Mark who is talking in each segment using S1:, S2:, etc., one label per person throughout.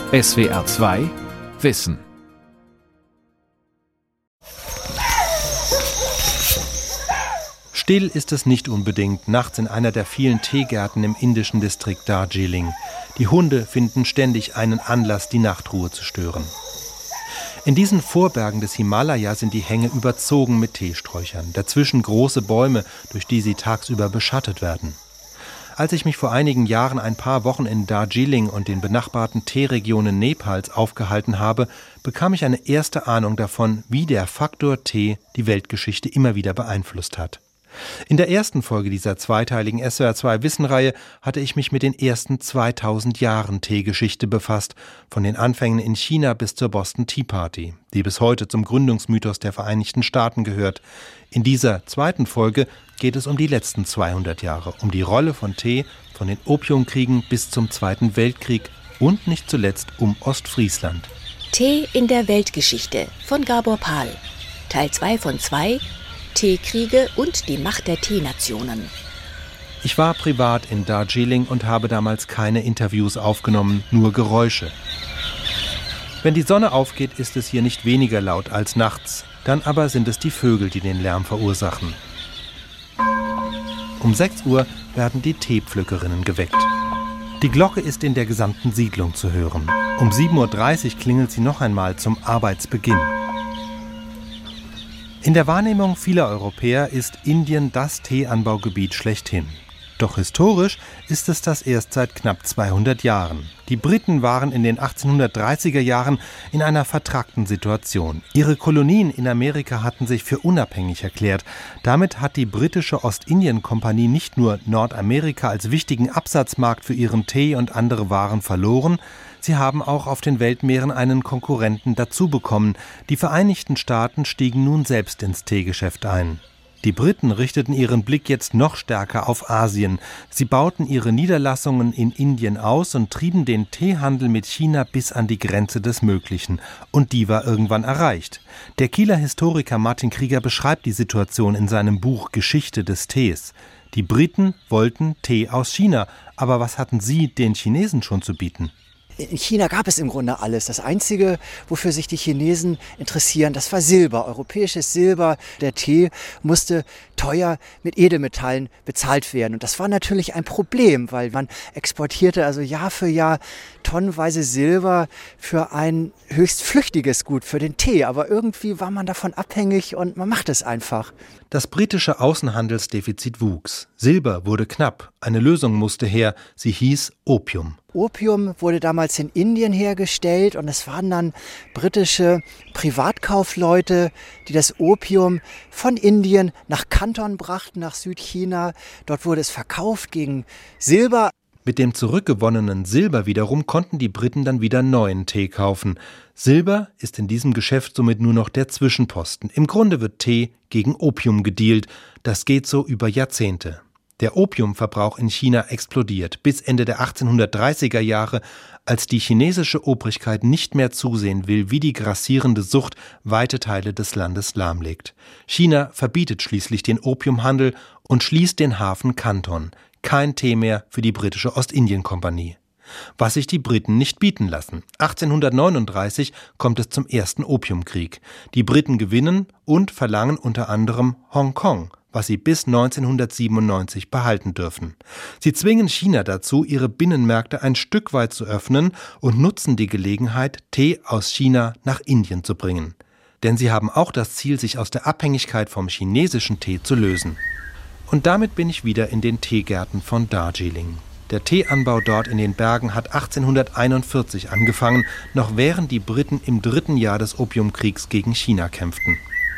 S1: SWR 2 Wissen.
S2: Still ist es nicht unbedingt, nachts in einer der vielen Teegärten im indischen Distrikt Darjeeling. Die Hunde finden ständig einen Anlass, die Nachtruhe zu stören. In diesen Vorbergen des Himalaya sind die Hänge überzogen mit Teesträuchern, dazwischen große Bäume, durch die sie tagsüber beschattet werden. Als ich mich vor einigen Jahren ein paar Wochen in Darjeeling und den benachbarten Teeregionen Nepals aufgehalten habe, bekam ich eine erste Ahnung davon, wie der Faktor Tee die Weltgeschichte immer wieder beeinflusst hat. In der ersten Folge dieser zweiteiligen SWR 2 Wissen-Reihe hatte ich mich mit den ersten 2000 Jahren Teegeschichte befasst, von den Anfängen in China bis zur Boston Tea Party, die bis heute zum Gründungsmythos der Vereinigten Staaten gehört. In dieser zweiten Folge geht es um die letzten 200 Jahre, um die Rolle von Tee, von den Opiumkriegen bis zum Zweiten Weltkrieg und nicht zuletzt um Ostfriesland.
S3: Tee in der Weltgeschichte von Gabor Pahl. Teil 2 von 2, Teekriege und die Macht der Teenationen.
S2: Ich war privat in Darjeeling und habe damals keine Interviews aufgenommen, nur Geräusche. Wenn die Sonne aufgeht, ist es hier nicht weniger laut als nachts. Dann aber sind es die Vögel, die den Lärm verursachen. Um 6 Uhr werden die Teepflückerinnen geweckt. Die Glocke ist in der gesamten Siedlung zu hören. Um 7.30 Uhr klingelt sie noch einmal zum Arbeitsbeginn. In der Wahrnehmung vieler Europäer ist Indien das Teeanbaugebiet schlechthin. Doch historisch ist es das erst seit knapp 200 Jahren. Die Briten waren in den 1830er Jahren in einer vertrackten Situation. Ihre Kolonien in Amerika hatten sich für unabhängig erklärt. Damit hat die britische Ostindien-Kompanie nicht nur Nordamerika als wichtigen Absatzmarkt für ihren Tee und andere Waren verloren, sie haben auch auf den Weltmeeren einen Konkurrenten dazu bekommen. Die Vereinigten Staaten stiegen nun selbst ins Teegeschäft ein. Die Briten richteten ihren Blick jetzt noch stärker auf Asien. Sie bauten ihre Niederlassungen in Indien aus und trieben den Teehandel mit China bis an die Grenze des Möglichen. Und die war irgendwann erreicht. Der Kieler Historiker Martin Krieger beschreibt die Situation in seinem Buch Geschichte des Tees. Die Briten wollten Tee aus China. Aber was hatten sie den Chinesen schon zu bieten?
S4: In China gab es im Grunde alles. Das Einzige, wofür sich die Chinesen interessieren, das war Silber, europäisches Silber. Der Tee musste teuer mit Edelmetallen bezahlt werden. Und das war natürlich ein Problem, weil man exportierte also Jahr für Jahr tonnenweise Silber für ein höchst flüchtiges Gut, für den Tee. Aber irgendwie war man davon abhängig und man macht es einfach.
S2: Das britische Außenhandelsdefizit wuchs. Silber wurde knapp. Eine Lösung musste her. Sie hieß Opium.
S4: Opium wurde damals in Indien hergestellt und es waren dann britische Privatkaufleute, die das Opium von Indien nach Kanton brachten, nach Südchina. Dort wurde es verkauft gegen Silber.
S2: Mit dem zurückgewonnenen Silber wiederum konnten die Briten dann wieder neuen Tee kaufen. Silber ist in diesem Geschäft somit nur noch der Zwischenposten. Im Grunde wird Tee gegen Opium gedealt. Das geht so über Jahrzehnte. Der Opiumverbrauch in China explodiert bis Ende der 1830er Jahre, als die chinesische Obrigkeit nicht mehr zusehen will, wie die grassierende Sucht weite Teile des Landes lahmlegt. China verbietet schließlich den Opiumhandel und schließt den Hafen Kanton. Kein Tee mehr für die britische Ostindien-Kompanie. Was sich die Briten nicht bieten lassen. 1839 kommt es zum ersten Opiumkrieg. Die Briten gewinnen und verlangen unter anderem Hongkong, was sie bis 1997 behalten dürfen. Sie zwingen China dazu, ihre Binnenmärkte ein Stück weit zu öffnen und nutzen die Gelegenheit, Tee aus China nach Indien zu bringen. Denn sie haben auch das Ziel, sich aus der Abhängigkeit vom chinesischen Tee zu lösen. Und damit bin ich wieder in den Teegärten von Darjeeling. Der Teeanbau dort in den Bergen hat 1841 angefangen, noch während die Briten im 3. Jahr des Opiumkriegs gegen China kämpften.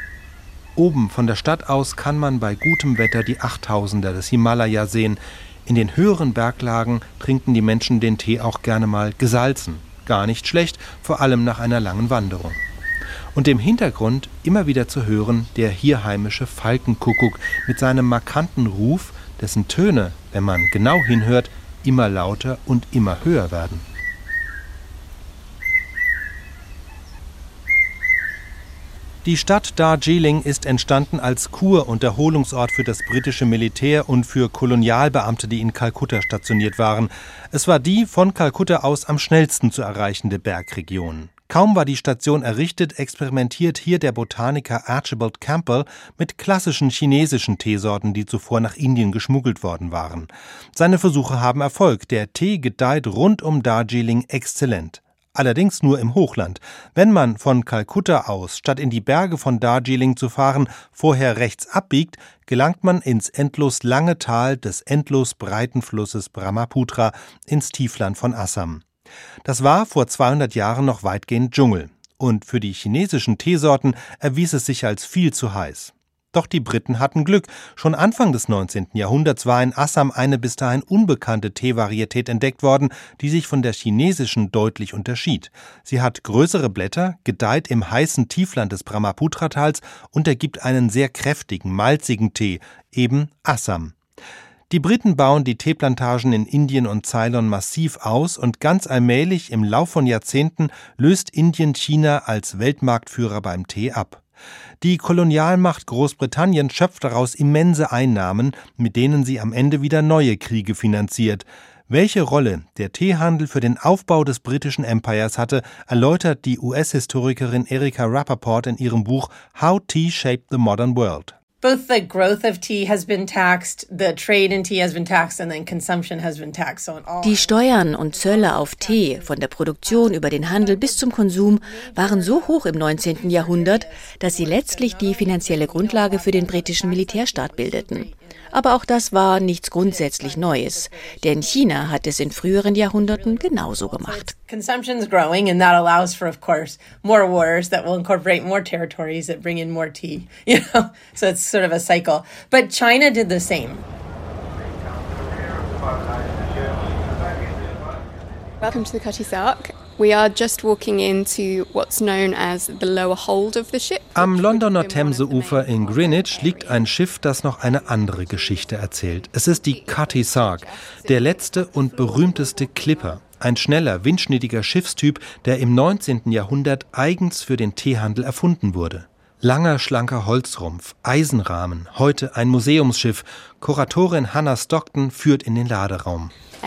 S2: Oben von der Stadt aus kann man bei gutem Wetter die 8000er des Himalaya sehen. In den höheren Berglagen trinken die Menschen den Tee auch gerne mal gesalzen. Gar nicht schlecht, vor allem nach einer langen Wanderung. Und im Hintergrund immer wieder zu hören der hier heimische Falkenkuckuck mit seinem markanten Ruf, dessen Töne, wenn man genau hinhört, immer lauter und immer höher werden. Die Stadt Darjeeling ist entstanden als Kur- und Erholungsort für das britische Militär und für Kolonialbeamte, die in Kalkutta stationiert waren. Es war die von Kalkutta aus am schnellsten zu erreichende Bergregion. Kaum war die Station errichtet, experimentiert hier der Botaniker Archibald Campbell mit klassischen chinesischen Teesorten, die zuvor nach Indien geschmuggelt worden waren. Seine Versuche haben Erfolg. Der Tee gedeiht rund um Darjeeling exzellent. Allerdings nur im Hochland. Wenn man von Kalkutta aus, statt in die Berge von Darjeeling zu fahren, vorher rechts abbiegt, gelangt man ins endlos lange Tal des endlos breiten Flusses Brahmaputra ins Tiefland von Assam. Das war vor 200 Jahren noch weitgehend Dschungel. Und für die chinesischen Teesorten erwies es sich als viel zu heiß. Doch die Briten hatten Glück. Schon Anfang des 19. Jahrhunderts war in Assam eine bis dahin unbekannte Teevarietät entdeckt worden, die sich von der chinesischen deutlich unterschied. Sie hat größere Blätter, gedeiht im heißen Tiefland des Brahmaputra-Tals und ergibt einen sehr kräftigen, malzigen Tee, eben Assam. Die Briten bauen die Teeplantagen in Indien und Ceylon massiv aus und ganz allmählich im Lauf von Jahrzehnten löst Indien China als Weltmarktführer beim Tee ab. Die Kolonialmacht Großbritannien schöpft daraus immense Einnahmen, mit denen sie am Ende wieder neue Kriege finanziert. Welche Rolle der Teehandel für den Aufbau des britischen Empires hatte, erläutert die US-Historikerin Erika Rappaport in ihrem Buch How Tea Shaped the Modern World.
S5: Both the growth of tea has been taxed, the trade in tea has been taxed, and then consumption has been taxed.
S3: Die Steuern und Zölle auf Tee, von der Produktion über den Handel bis zum Konsum, waren so hoch im 19. Jahrhundert, dass sie letztlich die finanzielle Grundlage für den britischen Militärstaat bildeten. Aber auch das war nichts grundsätzlich Neues, denn China hat es in früheren Jahrhunderten genauso gemacht.
S5: Consumption is growing and that allows for, of course, more wars that will incorporate more territories that bring in more tea, So it's sort of a cycle. But China did the same.
S6: Welcome to the Cutty Sark. We are just walking into what's known as the lower hold of the ship.
S2: Am Londoner Themseufer in Greenwich liegt ein Schiff, das noch eine andere Geschichte erzählt. Es ist die Cutty Sark, der letzte und berühmteste Clipper. Ein schneller, windschnittiger Schiffstyp, der im 19. Jahrhundert eigens für den Teehandel erfunden wurde. Langer, schlanker Holzrumpf, Eisenrahmen, heute ein Museumsschiff. Kuratorin Hannah Stockton führt in den Laderaum.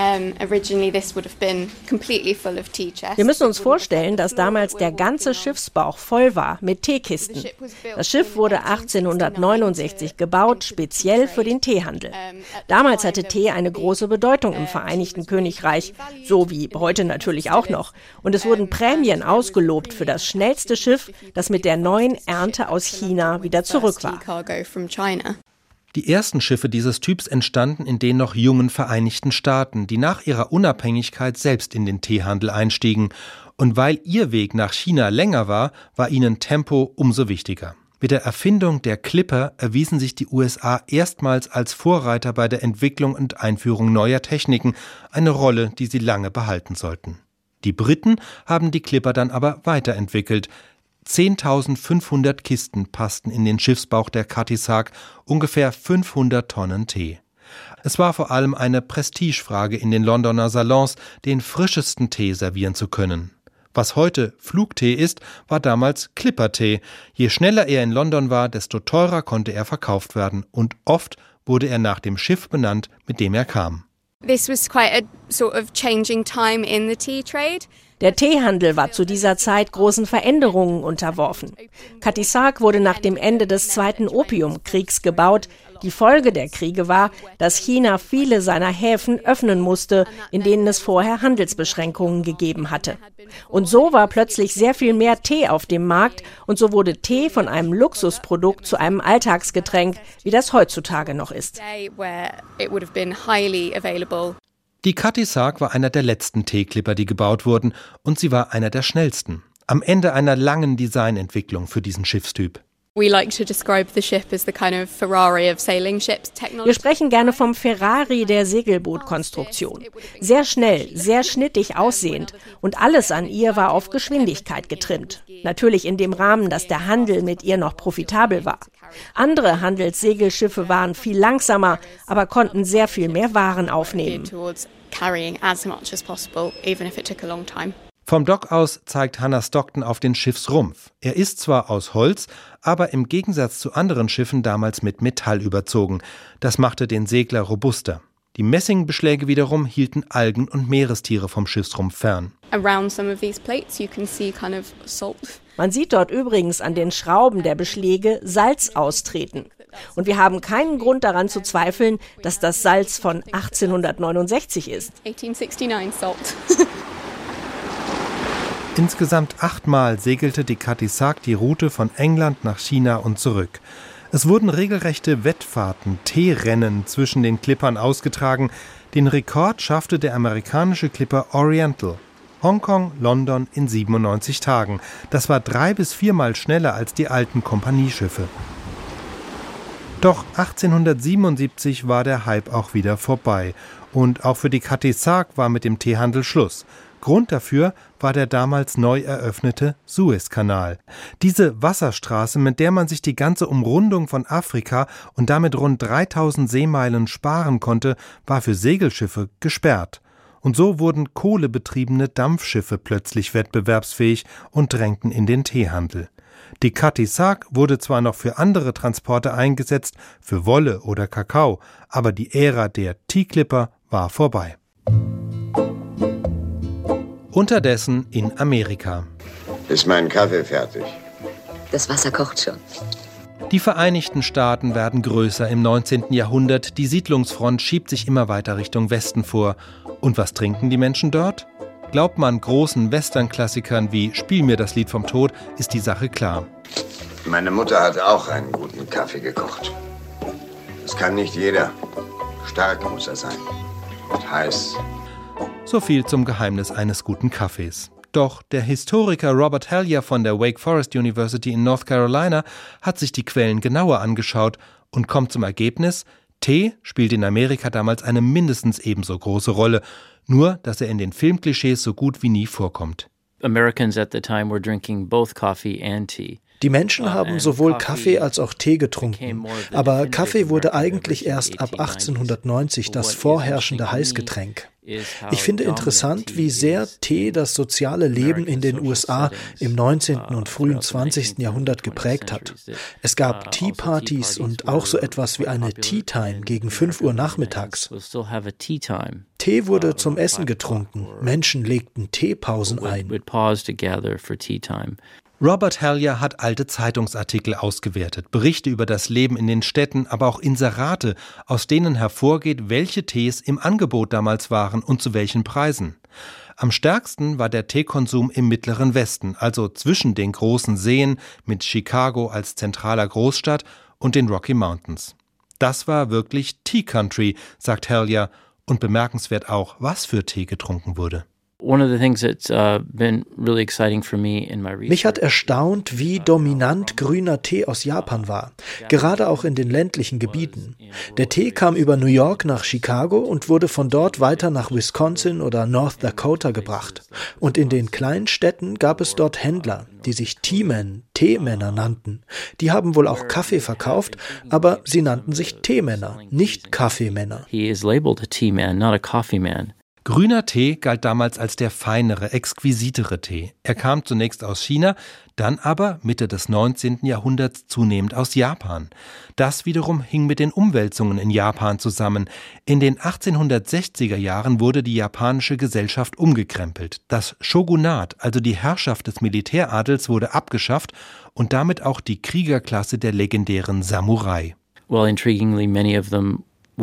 S7: Wir müssen uns vorstellen, dass damals der ganze Schiffsbauch voll war mit Teekisten. Das Schiff wurde 1869 gebaut, speziell für den Teehandel. Damals hatte Tee eine große Bedeutung im Vereinigten Königreich, so wie heute natürlich auch noch. Und es wurden Prämien ausgelobt für das schnellste Schiff, das mit der neuen Ernte aus China wieder zurück war.
S2: Die ersten Schiffe dieses Typs entstanden in den noch jungen Vereinigten Staaten, die nach ihrer Unabhängigkeit selbst in den Teehandel einstiegen. Und weil ihr Weg nach China länger war, war ihnen Tempo umso wichtiger. Mit der Erfindung der Clipper erwiesen sich die USA erstmals als Vorreiter bei der Entwicklung und Einführung neuer Techniken, eine Rolle, die sie lange behalten sollten. Die Briten haben die Clipper dann aber weiterentwickelt. 10.500 Kisten passten in den Schiffsbauch der Cutty Sark, ungefähr 500 Tonnen Tee. Es war vor allem eine Prestigefrage in den Londoner Salons, den frischesten Tee servieren zu können. Was heute Flugtee ist, war damals Clippertee. Je schneller er in London war, desto teurer konnte er verkauft werden. Und oft wurde er nach dem Schiff benannt, mit dem er kam.
S6: This was quite a sort of changing time in the tea trade.
S7: Der Teehandel war zu dieser Zeit großen Veränderungen unterworfen. Cutty Sark wurde nach dem Ende des Zweiten Opiumkriegs gebaut. Die Folge der Kriege war, dass China viele seiner Häfen öffnen musste, in denen es vorher Handelsbeschränkungen gegeben hatte. Und so war plötzlich sehr viel mehr Tee auf dem Markt und so wurde Tee von einem Luxusprodukt zu einem Alltagsgetränk, wie das heutzutage noch ist.
S2: Die Cutty Sark war einer der letzten Teeklipper, die gebaut wurden, und sie war einer der schnellsten. Am Ende einer langen Designentwicklung für diesen Schiffstyp.
S6: Wir
S7: sprechen gerne vom Ferrari der Segelbootkonstruktion. Sehr schnell, sehr schnittig aussehend und alles an ihr war auf Geschwindigkeit getrimmt. Natürlich in dem Rahmen, dass der Handel mit ihr noch profitabel war. Andere Handelssegelschiffe waren viel langsamer, aber konnten sehr viel mehr Waren aufnehmen.
S2: Vom Dock aus zeigt Hannah Stockton auf den Schiffsrumpf. Er ist zwar aus Holz, aber im Gegensatz zu anderen Schiffen damals mit Metall überzogen. Das machte den Segler robuster. Die Messingbeschläge wiederum hielten Algen und Meerestiere vom Schiffsrumpf fern.
S6: Around some of these plates you can see kind of salt.
S7: Man sieht dort übrigens an den Schrauben der Beschläge Salz austreten. Und wir haben keinen Grund daran zu zweifeln, dass das Salz von 1869 ist.
S6: 1869 salt.
S2: Insgesamt 8-mal segelte die Cathay die Route von England nach China und zurück. Es wurden regelrechte Wettfahrten, Teerennen zwischen den Clippern ausgetragen. Den Rekord schaffte der amerikanische Clipper Oriental. Hongkong, London in 97 Tagen. Das war 3- bis 4-mal schneller als die alten Kompanieschiffe. Doch 1877 war der Hype auch wieder vorbei. Und auch für die Cathay war mit dem Teehandel Schluss. Grund dafür war der damals neu eröffnete Suezkanal. Diese Wasserstraße, mit der man sich die ganze Umrundung von Afrika und damit rund 3000 Seemeilen sparen konnte, war für Segelschiffe gesperrt. Und so wurden kohlebetriebene Dampfschiffe plötzlich wettbewerbsfähig und drängten in den Teehandel. Die Cathay wurde zwar noch für andere Transporte eingesetzt, für Wolle oder Kakao, aber die Ära der Teeclipper war vorbei. Unterdessen in Amerika.
S8: Ist mein Kaffee fertig?
S9: Das Wasser kocht schon.
S2: Die Vereinigten Staaten werden größer im 19. Jahrhundert. Die Siedlungsfront schiebt sich immer weiter Richtung Westen vor. Und was trinken die Menschen dort? Glaubt man großen Western-Klassikern wie »Spiel mir das Lied vom Tod«, ist die Sache klar.
S8: Meine Mutter hat auch einen guten Kaffee gekocht. Das kann nicht jeder. Stark muss er sein. Und heiß.
S2: So viel zum Geheimnis eines guten Kaffees. Doch der Historiker Robert Hellyer von der Wake Forest University in North Carolina hat sich die Quellen genauer angeschaut und kommt zum Ergebnis, Tee spielt in Amerika damals eine mindestens ebenso große Rolle, nur dass er in den Filmklischees so gut wie nie vorkommt.
S10: Americans at the time were drinking both coffee and tea.
S11: Die Menschen haben sowohl Kaffee als auch Tee getrunken, aber Kaffee wurde eigentlich erst ab 1890 das vorherrschende Heißgetränk. Ich finde interessant, wie sehr Tee das soziale Leben in den USA im 19. und frühen 20. Jahrhundert geprägt hat. Es gab Tea-Partys und auch so etwas wie eine Tea-Time gegen 5 Uhr nachmittags. Tee wurde zum Essen getrunken, Menschen legten Teepausen ein.
S2: Robert Hellyer hat alte Zeitungsartikel ausgewertet, Berichte über das Leben in den Städten, aber auch Inserate, aus denen hervorgeht, welche Tees im Angebot damals waren und zu welchen Preisen. Am stärksten war der Teekonsum im Mittleren Westen, also zwischen den großen Seen mit Chicago als zentraler Großstadt und den Rocky Mountains. Das war wirklich Tea Country, sagt Hellyer, und bemerkenswert auch, was für Tee getrunken wurde.
S11: Mich hat erstaunt, wie dominant grüner Tee aus Japan war, gerade auch in den ländlichen Gebieten. Der Tee kam über New York nach Chicago und wurde von dort weiter nach Wisconsin oder North Dakota gebracht. Und in den kleinen Städten gab es dort Händler, die sich Teemen, Teemänner nannten. Die haben wohl auch Kaffee verkauft, aber sie nannten sich Teemänner, nicht Kaffeemänner.
S10: He is labeled a tea man, not a coffee man.
S2: Grüner Tee galt damals als der feinere, exquisitere Tee. Er kam zunächst aus China, dann aber Mitte des 19. Jahrhunderts zunehmend aus Japan. Das wiederum hing mit den Umwälzungen in Japan zusammen. In den 1860er Jahren wurde die japanische Gesellschaft umgekrempelt. Das Shogunat, also die Herrschaft des Militäradels, wurde abgeschafft und damit auch die Kriegerklasse der legendären Samurai.
S10: Well, intriguingly, many of them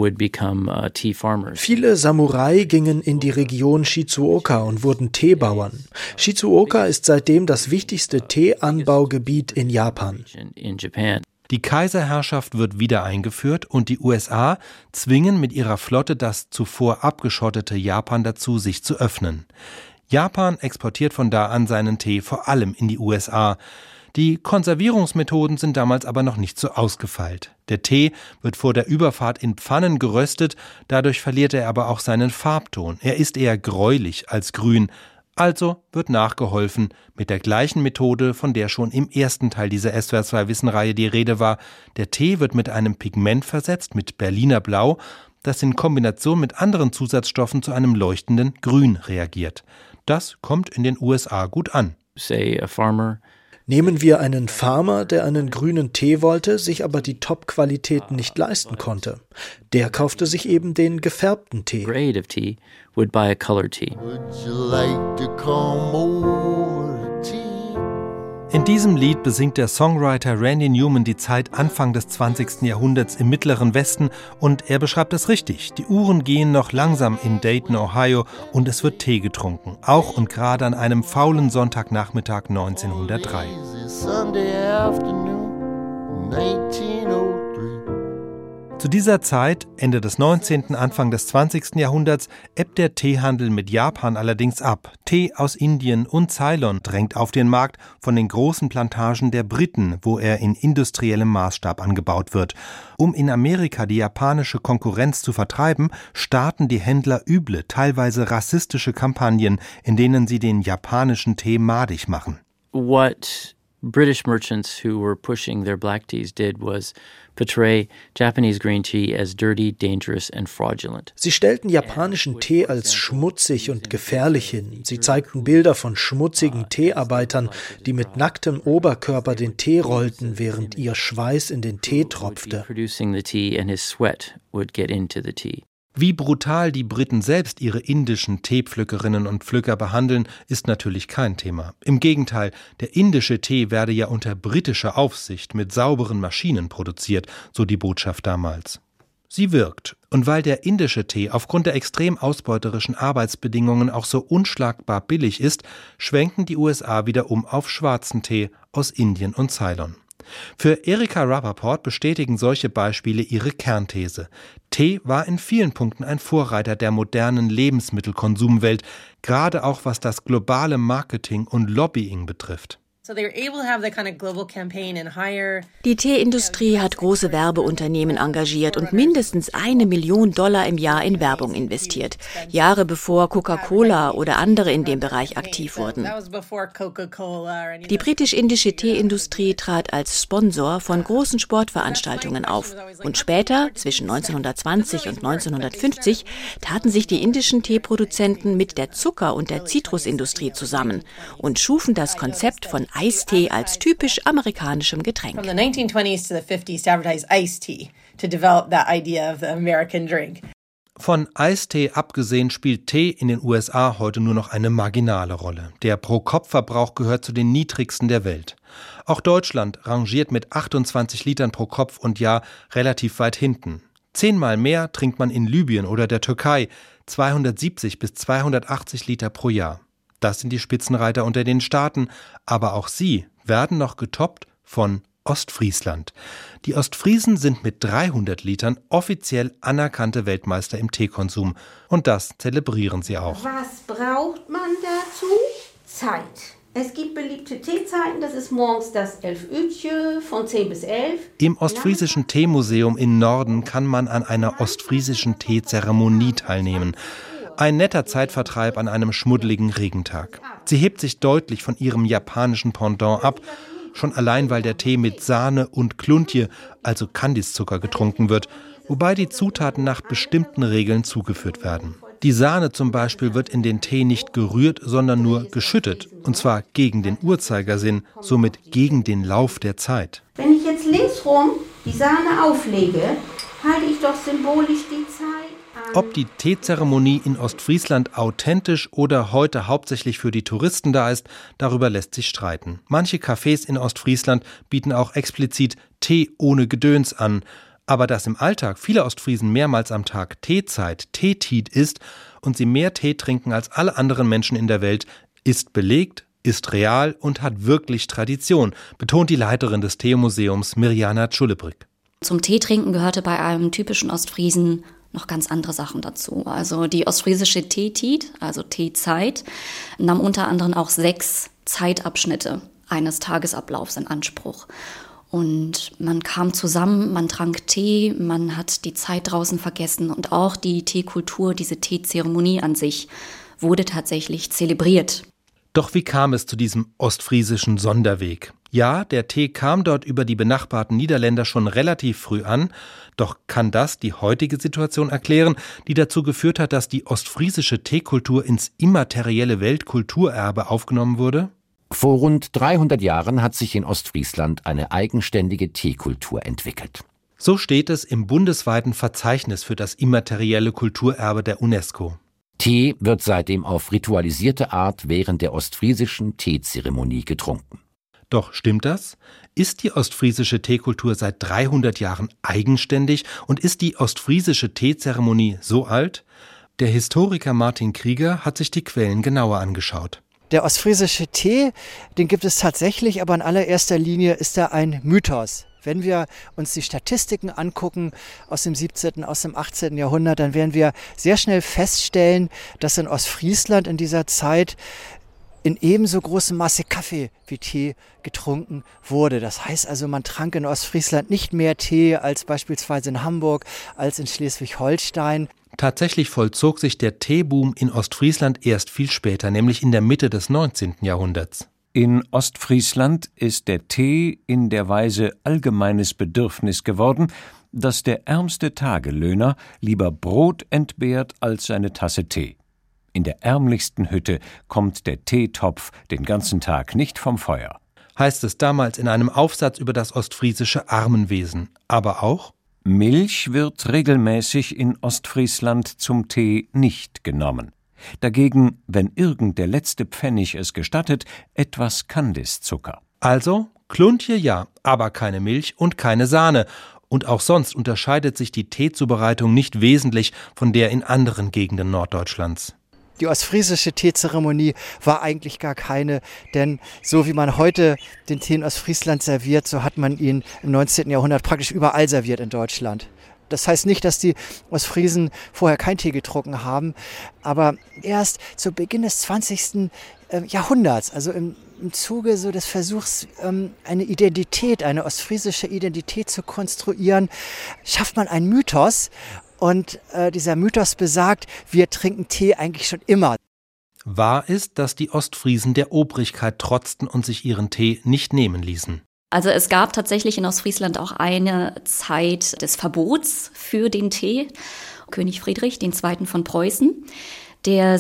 S11: Viele Samurai gingen in die Region Shizuoka und wurden Teebauern. Shizuoka ist seitdem das wichtigste Teeanbaugebiet in Japan.
S2: Die Kaiserherrschaft wird wieder eingeführt und die USA zwingen mit ihrer Flotte das zuvor abgeschottete Japan dazu, sich zu öffnen. Japan exportiert von da an seinen Tee vor allem in die USA. Die Konservierungsmethoden sind damals aber noch nicht so ausgefeilt. Der Tee wird vor der Überfahrt in Pfannen geröstet, dadurch verliert er aber auch seinen Farbton. Er ist eher gräulich als grün. Also wird nachgeholfen mit der gleichen Methode, von der schon im ersten Teil dieser SWR2-Wissen-Reihe die Rede war. Der Tee wird mit einem Pigment versetzt, mit Berliner Blau, das in Kombination mit anderen Zusatzstoffen zu einem leuchtenden Grün reagiert. Das kommt in den USA gut an.
S10: Say a farmer.
S11: Nehmen wir einen Farmer, der einen grünen Tee wollte, sich aber die Top-Qualität nicht leisten konnte. Der kaufte sich eben den gefärbten Tee.
S10: Grade of tea would buy a colored tea.
S2: In diesem Lied besingt der Songwriter Randy Newman die Zeit Anfang des 20. Jahrhunderts im Mittleren Westen und er beschreibt es richtig. Die Uhren gehen noch langsam in Dayton, Ohio und es wird Tee getrunken. Auch und gerade an einem faulen Sonntagnachmittag 1903. Zu dieser Zeit, Ende des 19., Anfang des 20. Jahrhunderts, ebbt der Teehandel mit Japan allerdings ab. Tee aus Indien und Ceylon drängt auf den Markt von den großen Plantagen der Briten, wo er in industriellem Maßstab angebaut wird. Um in Amerika die japanische Konkurrenz zu vertreiben, starten die Händler üble, teilweise rassistische Kampagnen, in denen sie den japanischen Tee madig machen.
S10: What British merchants who were pushing their black teas did was portray Japanese green tea as dirty, dangerous and fraudulent.
S11: Sie stellten japanischen Tee als schmutzig und gefährlich hin. Sie zeigten Bilder von schmutzigen Teearbeitern, die mit nacktem Oberkörper den Tee rollten, während ihr Schweiß in den Tee tropfte.
S10: Producing the tea and his sweat would get into the tea.
S2: Wie brutal die Briten selbst ihre indischen Teepflückerinnen und Pflücker behandeln, ist natürlich kein Thema. Im Gegenteil, der indische Tee werde ja unter britischer Aufsicht mit sauberen Maschinen produziert, so die Botschaft damals. Sie wirkt. Und weil der indische Tee aufgrund der extrem ausbeuterischen Arbeitsbedingungen auch so unschlagbar billig ist, schwenken die USA wieder um auf schwarzen Tee aus Indien und Ceylon. Für Erika Rappaport bestätigen solche Beispiele ihre Kernthese. Tee war in vielen Punkten ein Vorreiter der modernen Lebensmittelkonsumwelt, gerade auch was das globale Marketing und Lobbying betrifft.
S3: Die Teeindustrie hat große Werbeunternehmen engagiert und mindestens $1 Million im Jahr in Werbung investiert. Jahre bevor Coca-Cola oder andere in dem Bereich aktiv wurden. Die britisch-indische Teeindustrie trat als Sponsor von großen Sportveranstaltungen auf. Und später, zwischen 1920 und 1950, taten sich die indischen Teeproduzenten mit der Zucker- und der Zitrusindustrie zusammen und schufen das Konzept von Eistee als typisch amerikanischem Getränk.
S5: From the 1920s to the 50s to advertise iced tea to develop that idea of the American drink.
S2: Von Eistee abgesehen spielt Tee in den USA heute nur noch eine marginale Rolle. Der Pro-Kopf-Verbrauch gehört zu den niedrigsten der Welt. Auch Deutschland rangiert mit 28 Litern pro Kopf und Jahr relativ weit hinten. 10-mal mehr trinkt man in Libyen oder der Türkei, 270 bis 280 Liter pro Jahr. Das sind die Spitzenreiter unter den Staaten, aber auch sie werden noch getoppt von Ostfriesland. Die Ostfriesen sind mit 300 Litern offiziell anerkannte Weltmeister im Teekonsum. Und das zelebrieren sie auch.
S12: Was braucht man dazu? Zeit. Es gibt beliebte Teezeiten, das ist morgens das 11 Uhr von 10 bis 11.
S2: Im Ostfriesischen Teemuseum in Norden kann man an einer ostfriesischen Teezeremonie teilnehmen. Ein netter Zeitvertreib an einem schmuddeligen Regentag. Sie hebt sich deutlich von ihrem japanischen Pendant ab, schon allein, weil der Tee mit Sahne und Kluntje, also Kandiszucker, getrunken wird, wobei die Zutaten nach bestimmten Regeln zugeführt werden. Die Sahne zum Beispiel wird in den Tee nicht gerührt, sondern nur geschüttet, und zwar gegen den Uhrzeigersinn, somit gegen den Lauf der Zeit.
S12: Wenn ich jetzt linksrum die Sahne auflege, halte ich doch symbolisch die Zeit.
S2: Ob die Teezeremonie in Ostfriesland authentisch oder heute hauptsächlich für die Touristen da ist, darüber lässt sich streiten. Manche Cafés in Ostfriesland bieten auch explizit Tee ohne Gedöns an. Aber dass im Alltag viele Ostfriesen mehrmals am Tag Teezeit, Teetied ist und sie mehr Tee trinken als alle anderen Menschen in der Welt, ist belegt, ist real und hat wirklich Tradition, betont die Leiterin des Teemuseums Mirjana Tschulebrück.
S13: Zum Teetrinken gehörte bei einem typischen Ostfriesen noch ganz andere Sachen dazu. Also die ostfriesische Teetied, also Teezeit, nahm unter anderem auch 6 Zeitabschnitte eines Tagesablaufs in Anspruch. Und man kam zusammen, man trank Tee, man hat die Zeit draußen vergessen und auch die Teekultur, diese Teezeremonie an sich, wurde tatsächlich zelebriert.
S2: Doch wie kam es zu diesem ostfriesischen Sonderweg? Ja, der Tee kam dort über die benachbarten Niederländer schon relativ früh an, doch kann das die heutige Situation erklären, die dazu geführt hat, dass die ostfriesische Teekultur ins immaterielle Weltkulturerbe aufgenommen wurde?
S14: Vor rund 300 Jahren hat sich in Ostfriesland eine eigenständige Teekultur entwickelt.
S2: So steht es im bundesweiten Verzeichnis für das immaterielle Kulturerbe der UNESCO.
S14: Tee wird seitdem auf ritualisierte Art während der ostfriesischen Teezeremonie getrunken.
S2: Doch stimmt das? Ist die ostfriesische Teekultur seit 300 Jahren eigenständig und ist die ostfriesische Teezeremonie so alt? Der Historiker Martin Krieger hat sich die Quellen genauer angeschaut.
S4: Der ostfriesische Tee, den gibt es tatsächlich, aber in allererster Linie ist er ein Mythos. Wenn wir uns die Statistiken angucken aus dem 17., aus dem 18. Jahrhundert, dann werden wir sehr schnell feststellen, dass in Ostfriesland in dieser Zeit in ebenso großem Maße Kaffee wie Tee getrunken wurde. Das heißt also, man trank in Ostfriesland nicht mehr Tee als beispielsweise in Hamburg, als in Schleswig-Holstein.
S2: Tatsächlich vollzog sich der Teeboom in Ostfriesland erst viel später, nämlich in der Mitte des 19. Jahrhunderts.
S15: In Ostfriesland ist der Tee in der Weise allgemeines Bedürfnis geworden, dass der ärmste Tagelöhner lieber Brot entbehrt als seine Tasse Tee. In der ärmlichsten Hütte kommt der Teetopf den ganzen Tag nicht vom Feuer.
S2: Heißt es damals in einem Aufsatz über das ostfriesische Armenwesen. Aber auch:
S15: Milch wird regelmäßig in Ostfriesland zum Tee nicht genommen. Dagegen, wenn irgend der letzte Pfennig es gestattet, etwas Kandiszucker.
S2: Also Kluntje ja, aber keine Milch und keine Sahne. Und auch sonst unterscheidet sich die Teezubereitung nicht wesentlich von der in anderen Gegenden Norddeutschlands.
S4: Die ostfriesische Teezeremonie war eigentlich gar keine, denn so wie man heute den Tee in Ostfriesland serviert, so hat man ihn im 19. Jahrhundert praktisch überall serviert in Deutschland. Das heißt nicht, dass die Ostfriesen vorher keinen Tee getrunken haben, aber erst zu Beginn des 20. Jahrhunderts, also im Zuge so des Versuchs, eine Identität, eine ostfriesische Identität zu konstruieren, schafft man einen Mythos. Und dieser Mythos besagt, wir trinken Tee eigentlich schon immer.
S2: Wahr ist, dass die Ostfriesen der Obrigkeit trotzten und sich ihren Tee nicht nehmen ließen.
S13: Also es gab tatsächlich in Ostfriesland auch eine Zeit des Verbots für den Tee. König Friedrich II. Von Preußen, der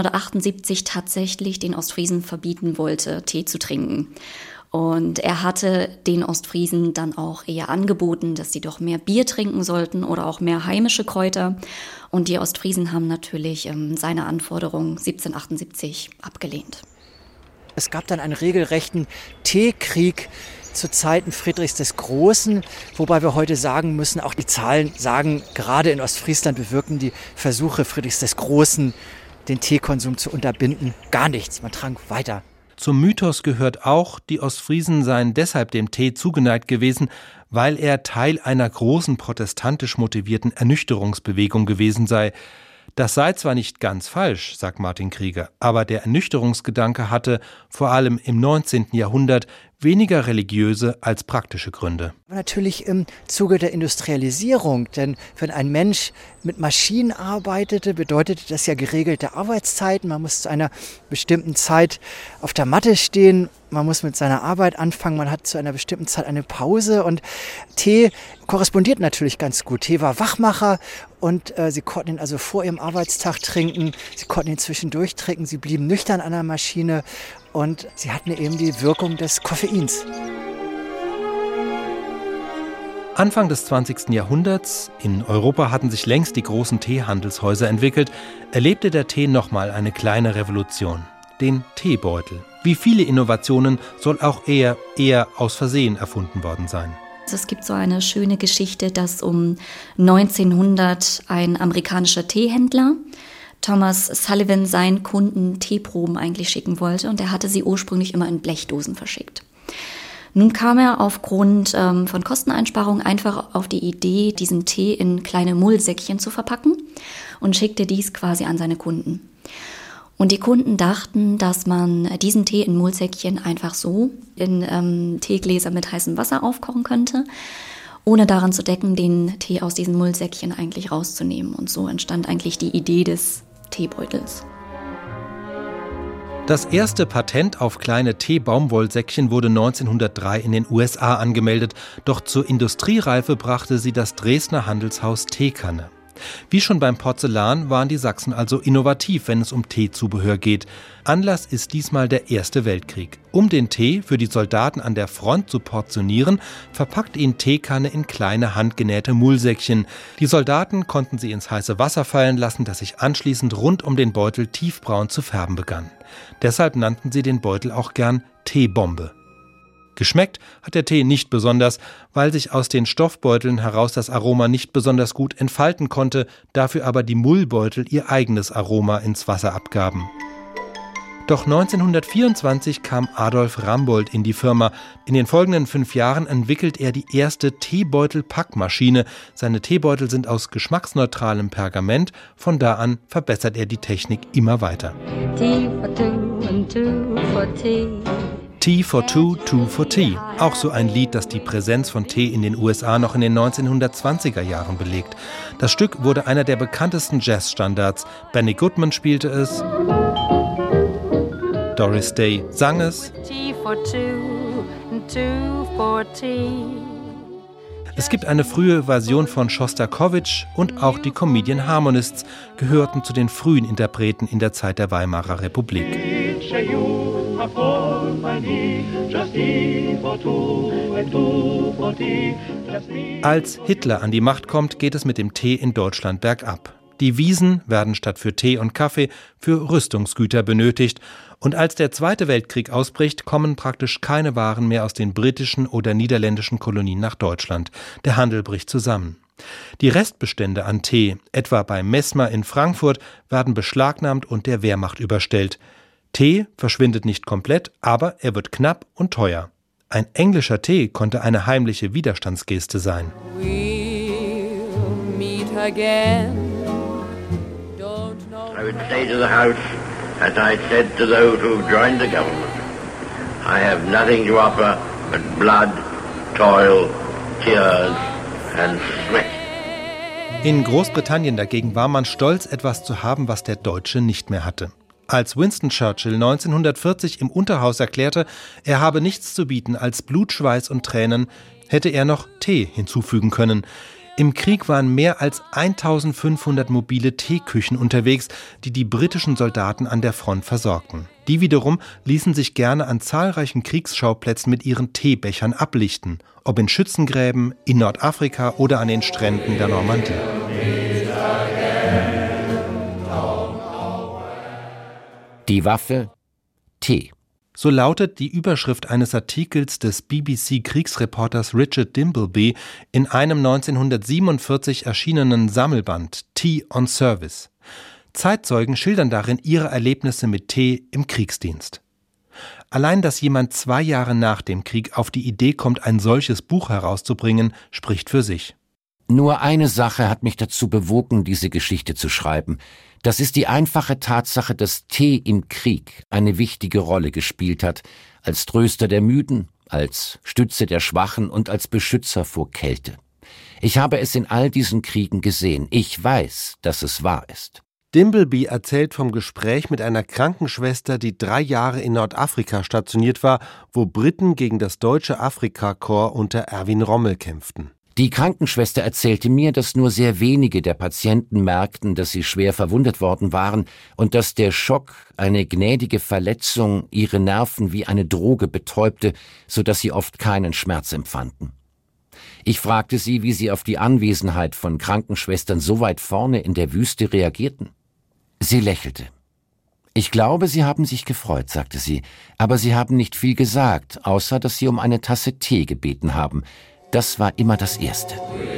S13: 1778 tatsächlich den Ostfriesen verbieten wollte, Tee zu trinken. Und er hatte den Ostfriesen dann auch eher angeboten, dass sie doch mehr Bier trinken sollten oder auch mehr heimische Kräuter. Und die Ostfriesen haben natürlich seine Anforderungen 1778 abgelehnt.
S4: Es gab dann einen regelrechten Teekrieg zu Zeiten Friedrichs des Großen, wobei wir heute sagen müssen, auch die Zahlen sagen, gerade in Ostfriesland bewirken die Versuche Friedrichs des Großen, den Teekonsum zu unterbinden, gar nichts. Man trank weiter.
S2: Zum Mythos gehört auch, die Ostfriesen seien deshalb dem Tee zugeneigt gewesen, weil er Teil einer großen protestantisch motivierten Ernüchterungsbewegung gewesen sei. Das sei zwar nicht ganz falsch, sagt Martin Krieger, aber der Ernüchterungsgedanke hatte, vor allem im 19. Jahrhundert, weniger religiöse als praktische Gründe.
S4: Natürlich im Zuge der Industrialisierung, denn wenn ein Mensch mit Maschinen arbeitete, bedeutete das ja geregelte Arbeitszeiten. Man muss zu einer bestimmten Zeit auf der Matte stehen, man muss mit seiner Arbeit anfangen, man hat zu einer bestimmten Zeit eine Pause und Tee korrespondiert natürlich ganz gut. Tee war Wachmacher und sie konnten ihn also vor ihrem Arbeitstag trinken, sie konnten ihn zwischendurch trinken, sie blieben nüchtern an der Maschine. Und sie hatten eben die Wirkung des Koffeins.
S2: Anfang des 20. Jahrhunderts, in Europa hatten sich längst die großen Teehandelshäuser entwickelt, erlebte der Tee nochmal eine kleine Revolution. Den Teebeutel. Wie viele Innovationen soll auch er eher aus Versehen erfunden worden sein.
S13: Es gibt so eine schöne Geschichte, dass um 1900 ein amerikanischer Teehändler Thomas Sullivan seinen Kunden Teeproben eigentlich schicken wollte und er hatte sie ursprünglich immer in Blechdosen verschickt. Nun kam er aufgrund von Kosteneinsparungen einfach auf die Idee, diesen Tee in kleine Mullsäckchen zu verpacken und schickte dies quasi an seine Kunden. Und die Kunden dachten, dass man diesen Tee in Mullsäckchen einfach so in Teegläser mit heißem Wasser aufkochen könnte, ohne daran zu denken, den Tee aus diesen Mullsäckchen eigentlich rauszunehmen. Und so entstand eigentlich die Idee des Teebeutels.
S2: Das erste Patent auf kleine Tee-Baumwollsäckchen wurde 1903 in den USA angemeldet, doch zur Industriereife brachte sie das Dresdner Handelshaus Teekanne. Wie schon beim Porzellan waren die Sachsen also innovativ, wenn es um Teezubehör geht. Anlass ist diesmal der Erste Weltkrieg. Um den Tee für die Soldaten an der Front zu portionieren, verpackt ihn Teekanne in kleine handgenähte Mullsäckchen. Die Soldaten konnten sie ins heiße Wasser fallen lassen, das sich anschließend rund um den Beutel tiefbraun zu färben begann. Deshalb nannten sie den Beutel auch gern Teebombe. Geschmeckt hat der Tee nicht besonders, weil sich aus den Stoffbeuteln heraus das Aroma nicht besonders gut entfalten konnte, dafür aber die Mullbeutel ihr eigenes Aroma ins Wasser abgaben. Doch 1924 kam Adolf Rambold in die Firma. In den folgenden 5 Jahren entwickelt er die erste Teebeutel-Packmaschine. Seine Teebeutel sind aus geschmacksneutralem Pergament. Von da an verbessert er die Technik immer weiter.
S16: Tea for two and two for tea.
S2: Tea for two, two for tea. Auch so ein Lied, das die Präsenz von Tee in den USA noch in den 1920er Jahren belegt. Das Stück wurde einer der bekanntesten Jazzstandards. Benny Goodman spielte es, Doris Day sang es.
S16: Tea for two and two for tea.
S2: Es gibt eine frühe Version von Schostakowitsch und auch die Comedian Harmonists gehörten zu den frühen Interpreten in der Zeit der Weimarer Republik. Als Hitler an die Macht kommt, geht es mit dem Tee in Deutschland bergab. Die Wiesen werden statt für Tee und Kaffee für Rüstungsgüter benötigt. Und als der Zweite Weltkrieg ausbricht, kommen praktisch keine Waren mehr aus den britischen oder niederländischen Kolonien nach Deutschland. Der Handel bricht zusammen. Die Restbestände an Tee, etwa bei Messmer in Frankfurt, werden beschlagnahmt und der Wehrmacht überstellt. Tee verschwindet nicht komplett, aber er wird knapp und teuer. Ein englischer Tee konnte eine heimliche Widerstandsgeste sein.
S16: We'll meet again.
S17: I would say to the House, as I said to those who joined the government, I have nothing to offer but blood, toil, tears and sweat.
S2: In Großbritannien dagegen war man stolz, etwas zu haben, was der Deutsche nicht mehr hatte. Als Winston Churchill 1940 im Unterhaus erklärte, er habe nichts zu bieten als Blut, Schweiß und Tränen, hätte er noch Tee hinzufügen können. Im Krieg waren mehr als 1500 mobile Teeküchen unterwegs, die die britischen Soldaten an der Front versorgten. Die wiederum ließen sich gerne an zahlreichen Kriegsschauplätzen mit ihren Teebechern ablichten, ob in Schützengräben, in Nordafrika oder an den Stränden der Normandie.
S14: Die Waffe Tee.
S2: So lautet die Überschrift eines Artikels des BBC-Kriegsreporters Richard Dimbleby in einem 1947 erschienenen Sammelband Tea on Service. Zeitzeugen schildern darin ihre Erlebnisse mit Tee im Kriegsdienst. Allein, dass jemand 2 Jahre nach dem Krieg auf die Idee kommt, ein solches Buch herauszubringen, spricht für sich.
S14: Nur eine Sache hat mich dazu bewogen, diese Geschichte zu schreiben. Das ist die einfache Tatsache, dass Tee im Krieg eine wichtige Rolle gespielt hat, als Tröster der Müden, als Stütze der Schwachen und als Beschützer vor Kälte. Ich habe es in all diesen Kriegen gesehen. Ich weiß, dass es wahr ist.
S2: Dimbleby erzählt vom Gespräch mit einer Krankenschwester, die 3 Jahre in Nordafrika stationiert war, wo Briten gegen das deutsche Afrikakorps unter Erwin Rommel kämpften.
S14: Die Krankenschwester erzählte mir, dass nur sehr wenige der Patienten merkten, dass sie schwer verwundet worden waren und dass der Schock, eine gnädige Verletzung, ihre Nerven wie eine Droge betäubte, so dass sie oft keinen Schmerz empfanden. Ich fragte sie, wie sie auf die Anwesenheit von Krankenschwestern so weit vorne in der Wüste reagierten. Sie lächelte. »Ich glaube, Sie haben sich gefreut«, sagte sie, ‹aber Sie haben nicht viel gesagt, außer dass Sie um eine Tasse Tee gebeten haben. Das war immer das Erste.«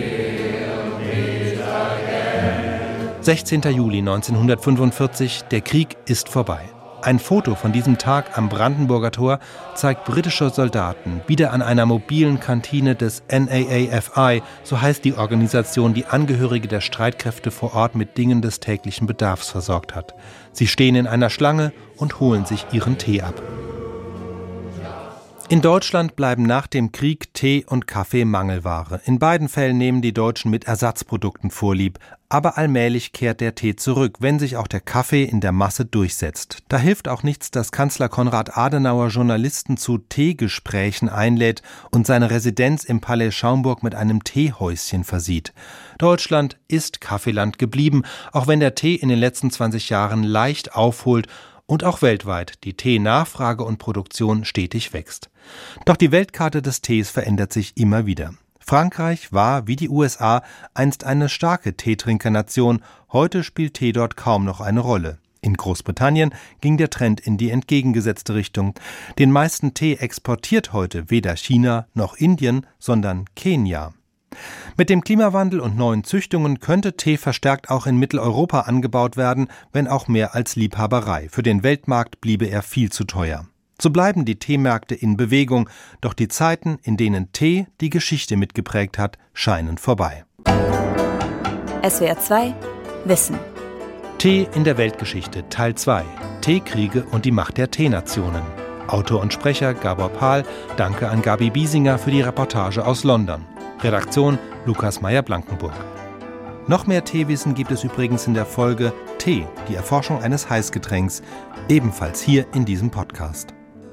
S2: 16. Juli 1945, der Krieg ist vorbei. Ein Foto von diesem Tag am Brandenburger Tor zeigt britische Soldaten wieder an einer mobilen Kantine des NAAFI, so heißt die Organisation, die Angehörige der Streitkräfte vor Ort mit Dingen des täglichen Bedarfs versorgt hat. Sie stehen in einer Schlange und holen sich ihren Tee ab. In Deutschland bleiben nach dem Krieg Tee und Kaffee Mangelware. In beiden Fällen nehmen die Deutschen mit Ersatzprodukten vorlieb. Aber allmählich kehrt der Tee zurück, wenn sich auch der Kaffee in der Masse durchsetzt. Da hilft auch nichts, dass Kanzler Konrad Adenauer Journalisten zu Teegesprächen einlädt und seine Residenz im Palais Schaumburg mit einem Teehäuschen versieht. Deutschland ist Kaffeeland geblieben, auch wenn der Tee in den letzten 20 Jahren leicht aufholt und auch weltweit die Teenachfrage und Produktion stetig wächst. Doch die Weltkarte des Tees verändert sich immer wieder. Frankreich war, wie die USA, einst eine starke Teetrinkernation. Heute spielt Tee dort kaum noch eine Rolle. In Großbritannien ging der Trend in die entgegengesetzte Richtung. Den meisten Tee exportiert heute weder China noch Indien, sondern Kenia. Mit dem Klimawandel und neuen Züchtungen könnte Tee verstärkt auch in Mitteleuropa angebaut werden, wenn auch mehr als Liebhaberei. Für den Weltmarkt bliebe er viel zu teuer. So bleiben die Teemärkte in Bewegung, doch die Zeiten, in denen Tee die Geschichte mitgeprägt hat, scheinen vorbei.
S18: SWR 2 Wissen.
S2: Tee in der Weltgeschichte Teil 2. Teekriege und die Macht der Teenationen. Autor und Sprecher Gabor Pahl. Danke an Gabi Biesinger für die Reportage aus London. Redaktion Lukas Meyer-Blankenburg. Noch mehr Teewissen gibt es übrigens in der Folge Tee, die Erforschung eines Heißgetränks, ebenfalls hier in diesem Podcast.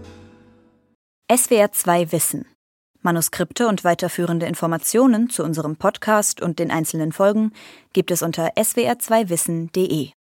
S18: SWR 2 Wissen. Manuskripte und weiterführende Informationen zu unserem Podcast und den einzelnen Folgen gibt es unter swr2wissen.de.